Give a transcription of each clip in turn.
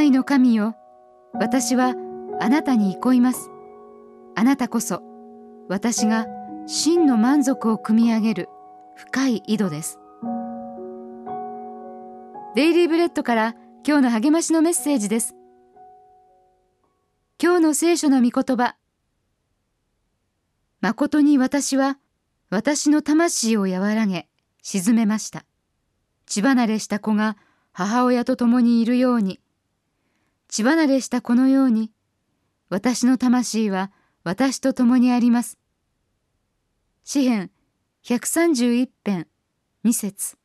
愛の神よ、私はあなたに憩います。あなたこそ私が真の満足を組み上げる深い井戸です。デイリーブレッドから今日の励ましのメッセージです。今日の聖書の御言葉。誠に私は私の魂を和らげ沈めました。血離れした子が母親と共にいるように、血離れした子のように私の魂は私と共にあります。詩編131編2節。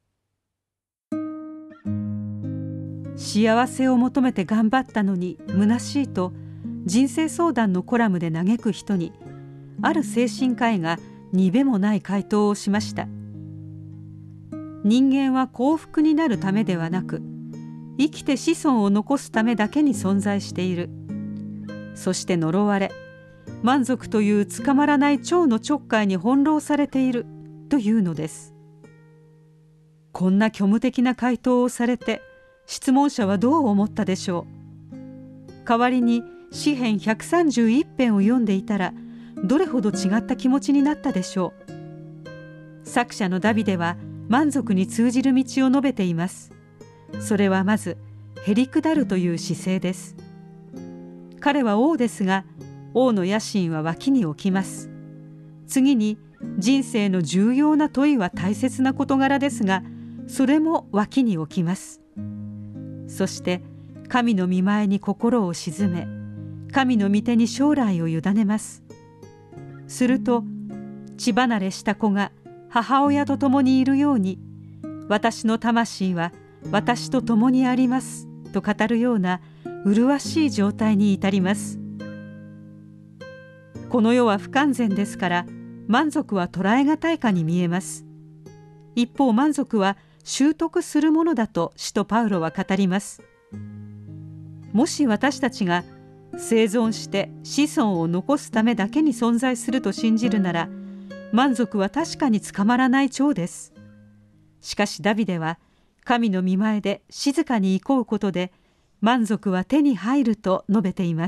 幸せを求めて頑張ったのに虚しいと人生相談のコラムで嘆く人に、ある精神科医がにべもない回答をしました。人間は幸福になるためではなく、生きて子孫を残すためだけに存在している。そして呪われ、満足という捕まらない蝶のちょっかいに翻弄されているというのです。こんな虚無的な回答をされて、質問者はどう思ったでしょう。代わりに詩編131編を読んでいたら、どれほど違った気持ちになったでしょう。作者のダビデは満足に通じる道を述べています。それはまずへりくだるという姿勢です。彼は王ですが、王の野心は脇に置きます。次に人生の重要な問いは大切な事柄ですが、それも脇に置きます。そして神の御前に心を鎮め、神の御手に将来を委ねます。すると血離れした子が母親と共にいるように、私の魂は私と共にありますと語るような麗しい状態に至ります。この世は不完全ですから、満足は捉えがたいかに見えます。一方、満足は習得するものだと使徒パウロは語ります。もし私たちが生存して子孫を残すためだけに存在すると信じるなら、満足は確かに捕まらない蝶です。しかしダビデは神の御前で静かに憩うことで、満足は手に入ると述べています。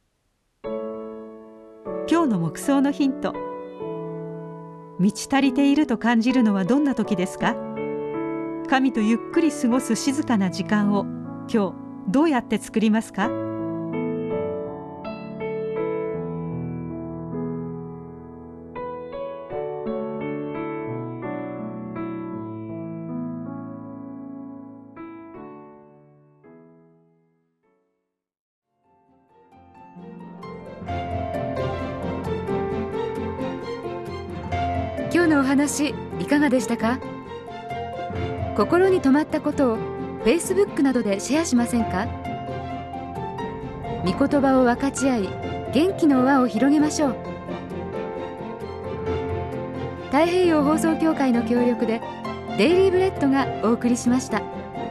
今日の黙想のヒント。満ち足りていると感じるのはどんな時ですか？神とゆっくり過ごす静かな時間を今日どうやって作りますか？ 今日のお話いかがでしたか？心に留まったことを Facebook などでシェアしませんか？御言葉を分かち合い、元気の輪を広げましょう。太平洋放送協会の協力でデイリーブレッドがお送りしました。